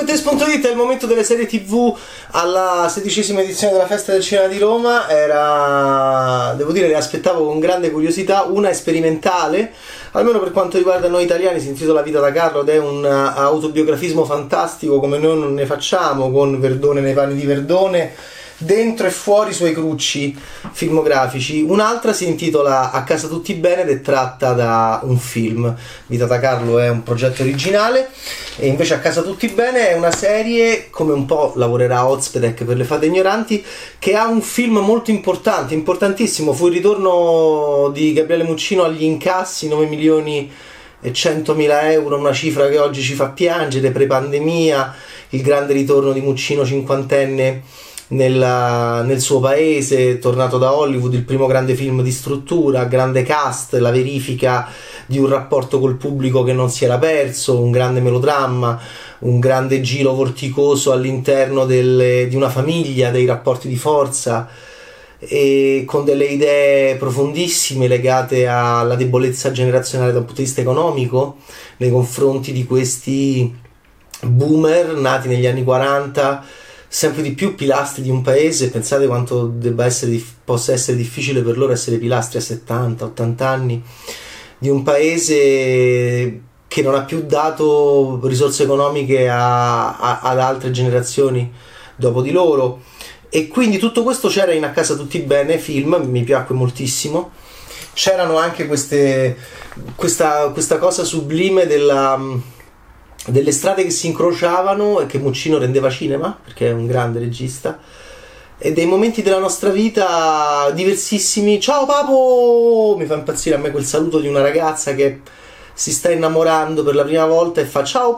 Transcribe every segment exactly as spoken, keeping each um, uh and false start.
Cinquantes punto it è il momento delle serie tv alla sedicesima edizione della Festa del Cinema di Roma. Era, devo dire, le aspettavo con grande curiosità. Una è sperimentale, almeno per quanto riguarda noi italiani, si intitola Vita da Carlo ed è un autobiografismo fantastico come noi non ne facciamo, con Verdone nei panni di Verdone, dentro e fuori i suoi crucci filmografici. Un'altra si intitola A casa tutti bene ed è tratta da un film. Vita da Carlo è un progetto originale e invece A casa tutti bene è una serie, come un po' lavorerà Ozpedek per le fate ignoranti, che ha un film molto importante, importantissimo. Fu il ritorno di Gabriele Muccino agli incassi, nove milioni e centomila euro, una cifra che oggi ci fa piangere, pre-pandemia, il grande ritorno di Muccino cinquantenne Nella, nel suo paese, tornato da Hollywood, il primo grande film di struttura, grande cast, la verifica di un rapporto col pubblico che non si era perso, un grande melodramma, un grande giro vorticoso all'interno delle, di una famiglia, dei rapporti di forza, e con delle idee profondissime legate alla debolezza generazionale dal punto di vista economico nei confronti di questi boomer nati negli anni quaranta, sempre di più pilastri di un paese. Pensate quanto debba essere, possa essere difficile per loro essere pilastri a settanta ottanta anni di un paese che non ha più dato risorse economiche a, a, ad altre generazioni dopo di loro. E quindi tutto questo c'era in A casa tutti bene, film, mi piacque moltissimo. C'erano anche queste questa, questa cosa sublime della delle strade che si incrociavano e che Muccino rendeva cinema, perché è un grande regista, e dei momenti della nostra vita diversissimi. Ciao papo! Mi fa impazzire a me quel saluto di una ragazza che si sta innamorando per la prima volta e fa ciao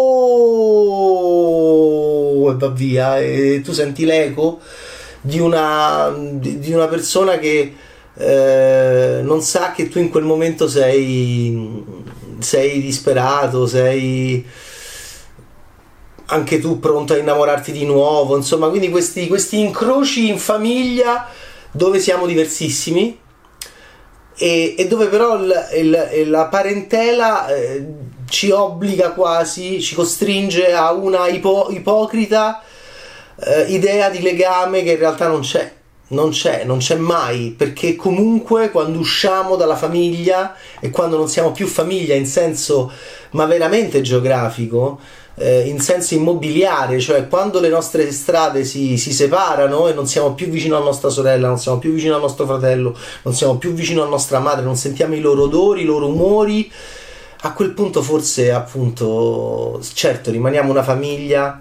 papo e va via, e tu senti l'eco di una, di una persona che eh, non sa che tu in quel momento sei sei disperato, sei anche tu pronto a innamorarti di nuovo, insomma. Quindi questi, questi incroci in famiglia dove siamo diversissimi e, e dove però il, il, la parentela eh, ci obbliga quasi, ci costringe a una ipo, ipocrita eh, idea di legame che in realtà non c'è. Non c'è, non c'è mai, perché comunque quando usciamo dalla famiglia e quando non siamo più famiglia in senso ma veramente geografico, eh, in senso immobiliare, cioè quando le nostre strade si, si separano e non siamo più vicino a nostra sorella, non siamo più vicino al nostro fratello, non siamo più vicino a nostra madre, non sentiamo i loro odori, i loro umori, a quel punto forse appunto, certo, rimaniamo una famiglia,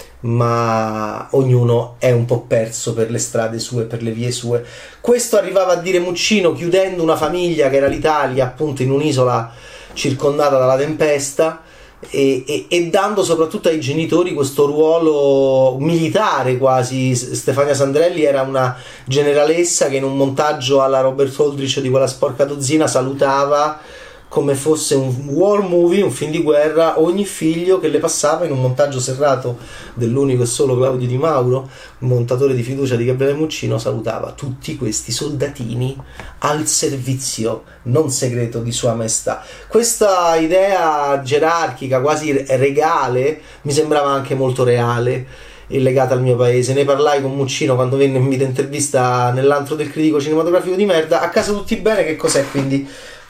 ma ognuno è un po' perso per le strade sue, per le vie sue. Questo arrivava a dire Muccino chiudendo una famiglia che era l'Italia, appunto in un'isola circondata dalla tempesta, e, e, e dando soprattutto ai genitori questo ruolo militare quasi. Stefania Sandrelli era una generalessa che in un montaggio alla Robert Aldrich di Quella sporca dozzina salutava come fosse un war movie, un film di guerra, ogni figlio che le passava in un montaggio serrato dell'unico e solo Claudio Di Mauro, montatore di fiducia di Gabriele Muccino. Salutava tutti questi soldatini al servizio non segreto di Sua Maestà. Questa idea gerarchica, quasi regale, mi sembrava anche molto reale e legata al mio paese. Ne parlai con Muccino quando venne in vita intervista nell'antro del critico cinematografico di merda. A casa tutti bene, che cos'è quindi?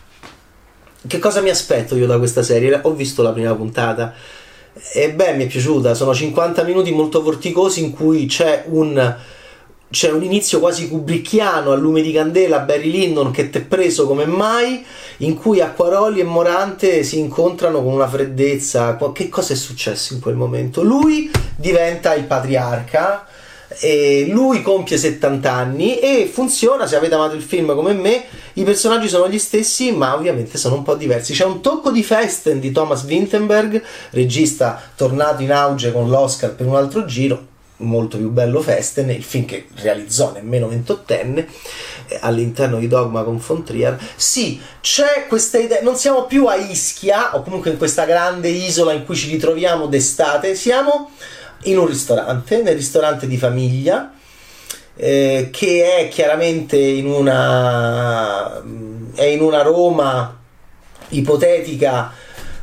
Che cosa mi aspetto io da questa serie? Ho visto la prima puntata e beh, mi è piaciuta. Sono cinquanta minuti molto vorticosi in cui c'è un c'è un inizio quasi kubrickiano a lume di candela, Barry Lyndon che t'è preso come mai, in cui Acquaroli e Morante si incontrano con una freddezza. Che cosa è successo in quel momento? Lui diventa il patriarca e lui compie settanta anni e funziona. Se avete amato il film come me, i personaggi sono gli stessi ma ovviamente sono un po' diversi. C'è un tocco di Festen di Thomas Vinterberg, regista tornato in auge con l'Oscar per un altro giro, molto più bello Festen, il film che realizzò nemmeno ventottenne, eh, all'interno di Dogma con von Trier. Sì, c'è questa idea, non siamo più a Ischia o comunque in questa grande isola in cui ci ritroviamo d'estate, siamo in un ristorante, nel ristorante di famiglia, eh, che è chiaramente in una è in una Roma ipotetica,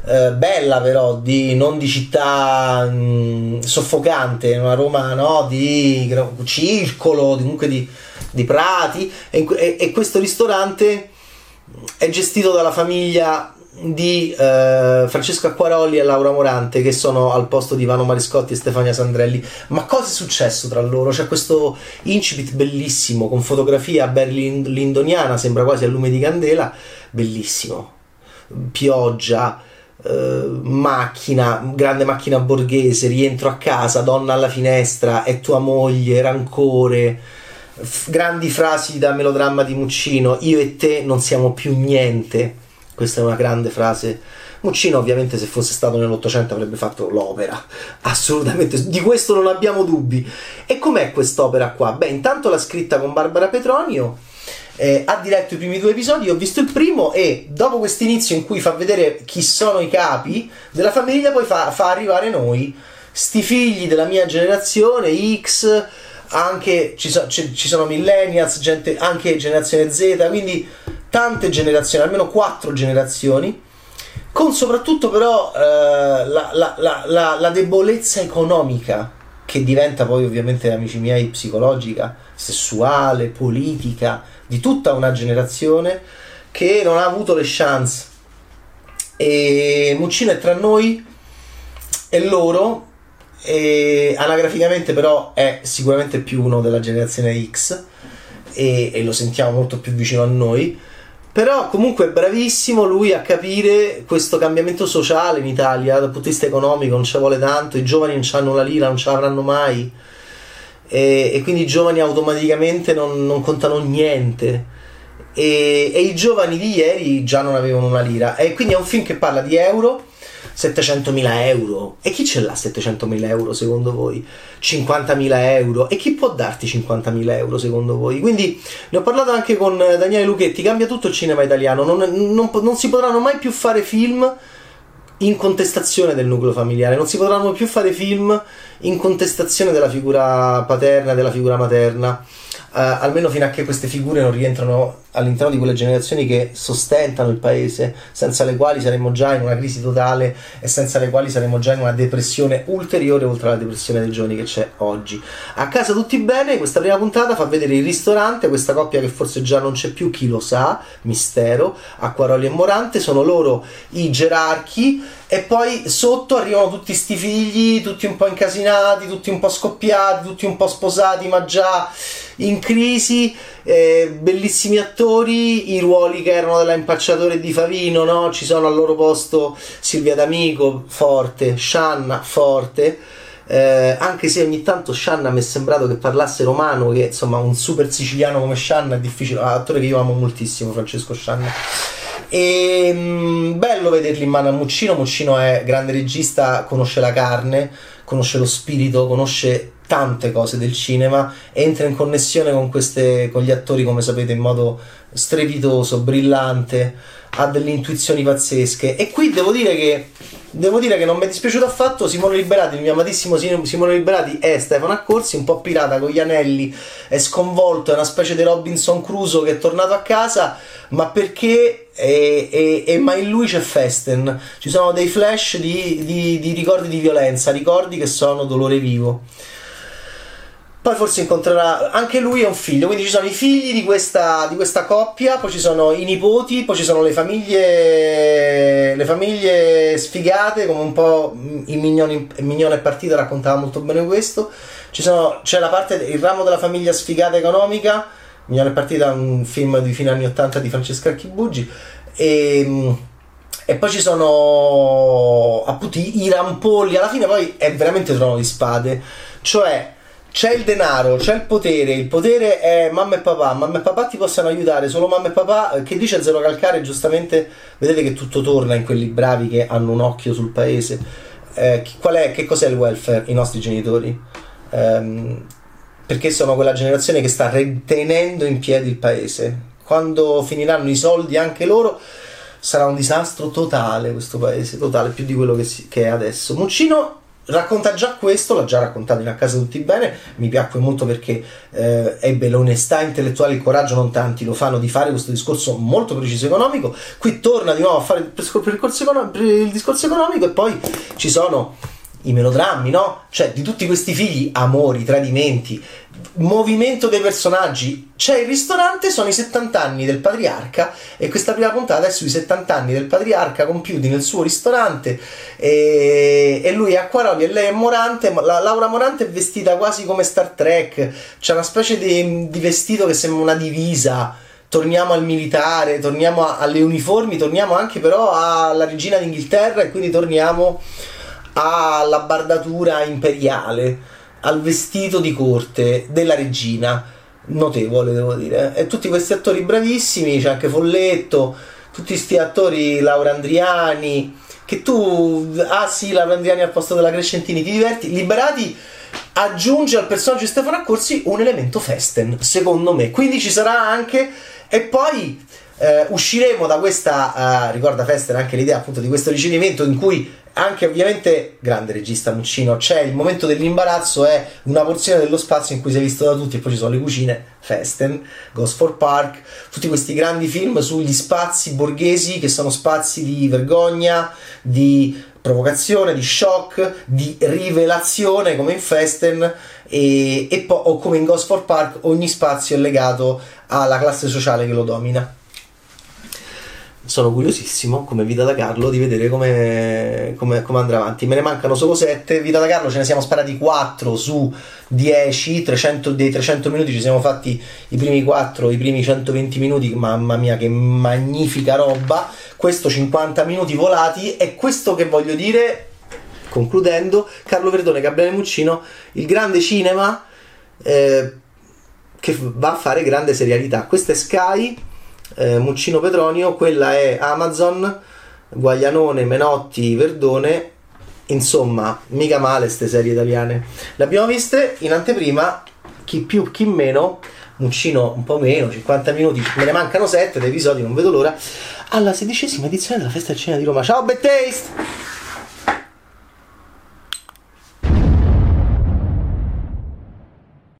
eh, bella però, di, non di città mh, soffocante, una Roma, no, di circolo, di, comunque di, di prati, e, e, e questo ristorante è gestito dalla famiglia di eh, Francesco Acquaroli e Laura Morante, che sono al posto di Ivano Mariscotti e Stefania Sandrelli. Ma cosa è successo tra loro? C'è questo incipit bellissimo con fotografia a Berlin lindoniana, sembra quasi a lume di candela, bellissimo, pioggia, eh, macchina, grande macchina borghese, rientro a casa, donna alla finestra, è tua moglie, rancore, f- grandi frasi da melodramma di Muccino, io e te non siamo più niente. Questa è una grande frase. Muccino ovviamente, se fosse stato nell'Ottocento, avrebbe fatto l'opera, assolutamente, di questo non abbiamo dubbi. E com'è quest'opera qua? Beh, intanto l'ha scritta con Barbara Petronio, eh, ha diretto i primi due episodi, ho visto il primo, e dopo questo inizio in cui fa vedere chi sono i capi della famiglia, poi fa, fa arrivare noi, sti figli della mia generazione X, anche ci, so, ci, ci sono millennials, gente, anche generazione Z, quindi tante generazioni, almeno quattro generazioni, con soprattutto però eh, la, la, la, la, la debolezza economica, che diventa poi ovviamente, amici miei, psicologica, sessuale, politica, di tutta una generazione che non ha avuto le chance. E Muccino è tra noi e loro, e anagraficamente però è sicuramente più uno della generazione X, e, e lo sentiamo molto più vicino a noi. Però comunque è bravissimo lui a capire questo cambiamento sociale in Italia dal punto di vista economico, non ci vuole tanto, i giovani non hanno la lira, non ce l'avranno mai, e, e quindi i giovani automaticamente non, non contano niente, e, e i giovani di ieri già non avevano una lira, e quindi è un film che parla di euro, settecentomila euro, e chi ce l'ha settecentomila euro secondo voi? cinquantamila euro, e chi può darti cinquantamila euro secondo voi? Quindi ne ho parlato anche con Daniele Luchetti, cambia tutto il cinema italiano, non, non, non si potranno mai più fare film in contestazione del nucleo familiare, non si potranno più fare film in contestazione della figura paterna, della figura materna, uh, almeno fino a che queste figure non rientrano all'interno di quelle generazioni che sostentano il paese, senza le quali saremmo già in una crisi totale, e senza le quali saremmo già in una depressione ulteriore oltre alla depressione dei giovani che c'è oggi. A casa tutti bene, questa prima puntata fa vedere il ristorante, questa coppia che forse già non c'è più, chi lo sa, mistero, Acquaroli e Morante, sono loro i gerarchi, e poi sotto arrivano tutti sti figli, tutti un po' incasinati, tutti un po' scoppiati, tutti un po' sposati ma già in crisi, eh, bellissimi attori, i ruoli che erano della Impacciatore di Favino, no? Ci sono al loro posto Silvia D'Amico, forte, Scianna, forte, eh, anche se ogni tanto Scianna mi è sembrato che parlasse romano, che insomma un super siciliano come Scianna è difficile, un attore che io amo moltissimo, Francesco Scianna. E mh, bello vederli in mano a Muccino. Muccino è grande regista, conosce la carne, conosce lo spirito, conosce tante cose del cinema, entra in connessione con queste, con gli attori, come sapete, in modo strepitoso, brillante, ha delle intuizioni pazzesche. E qui devo dire che devo dire che non mi è dispiaciuto affatto. Simone Liberati, il mio amatissimo Simone Liberati, è Stefano Accorsi, un po' pirata con gli anelli, è sconvolto, è una specie di Robinson Crusoe che è tornato a casa, ma perché e, e, e ma in lui c'è Festen, ci sono dei flash di, di, di ricordi di violenza, ricordi che sono dolore vivo. Poi forse incontrerà anche lui e un figlio, quindi ci sono i figli di questa, di questa coppia, poi ci sono i nipoti, poi ci sono le famiglie le famiglie sfigate, come un po' in Mignone, Mignone è partita, raccontava molto bene questo. Ci sono, c'è la parte, il ramo della famiglia sfigata economica, Mignone è partita, un film di fine anni ottanta di Francesca Archibugi, e, e poi ci sono appunto i, i rampolli, alla fine poi è veramente trono di spade, cioè c'è il denaro, c'è il potere, il potere è mamma e papà, mamma e papà ti possono aiutare, solo mamma e papà, che dice Zero Calcare, giustamente vedete che tutto torna in quelli bravi che hanno un occhio sul paese. Eh, qual è, che cos'è il welfare? I nostri genitori, ehm, perché sono quella generazione che sta tenendo in piedi il paese. Quando finiranno i soldi anche loro sarà un disastro totale questo paese, totale, più di quello che, si, che è adesso. Muccino racconta già questo, l'ha già raccontato in A Casa Tutti Bene, mi piacque molto perché eh, ebbe l'onestà intellettuale e il coraggio, non tanti lo fanno, di fare questo discorso molto preciso economico. Qui torna di nuovo a fare il, percorso economico, il discorso economico, e poi ci sono i melodrammi, no? Cioè di tutti questi figli, amori, tradimenti, movimento dei personaggi. C'è il ristorante, sono i settanta anni del patriarca, e questa prima puntata è sui settanta anni del patriarca compiuti nel suo ristorante, e, e lui è Acquaroli e lei è Morante. La, Laura Morante è vestita quasi come Star Trek, c'è una specie di, di vestito che sembra una divisa. Torniamo al militare, torniamo a, alle uniformi, torniamo anche però alla regina d'Inghilterra, e quindi torniamo alla bardatura imperiale, al vestito di corte della regina, notevole devo dire. E tutti questi attori bravissimi, c'è anche Folletto, tutti questi attori, Laura Andriani, che tu, ah sì, Laura Andriani al posto della Crescentini, ti diverti. Liberati aggiunge al personaggio di Stefano Accorsi un elemento Festen, secondo me, quindi ci sarà anche, e poi eh, usciremo da questa, uh, ricorda Festen anche l'idea appunto di questo ricevimento in cui anche ovviamente, grande regista Muccino, c'è il momento dell'imbarazzo, è una porzione dello spazio in cui sei visto da tutti, e poi ci sono le cucine, Festen, Gosford Park, tutti questi grandi film sugli spazi borghesi che sono spazi di vergogna, di provocazione, di shock, di rivelazione come in Festen, e, e poi, o come in Gosford Park, ogni spazio è legato alla classe sociale che lo domina. Sono curiosissimo, come Vita da Carlo, di vedere come, come, come andrà avanti. Me ne mancano solo sette. Vita da Carlo ce ne siamo sparati quattro su dieci, trecento, dei trecento minuti ci siamo fatti i primi quattro, i primi centoventi minuti, mamma mia che magnifica roba. Questo cinquanta minuti volati, e questo che voglio dire, concludendo, Carlo Verdone, Gabriele Muccino, il grande cinema eh, che va a fare grande serialità. Questa è Sky, Eh, Muccino Petronio, quella è Amazon, Guaglianone, Menotti, Verdone, insomma mica male ste serie italiane. Le abbiamo viste in anteprima, chi più chi meno, Muccino un po' meno, cinquanta minuti, me ne mancano sette, da episodi, non vedo l'ora, alla sedicesima edizione della Festa del Cinema di Roma. Ciao Bad Taste!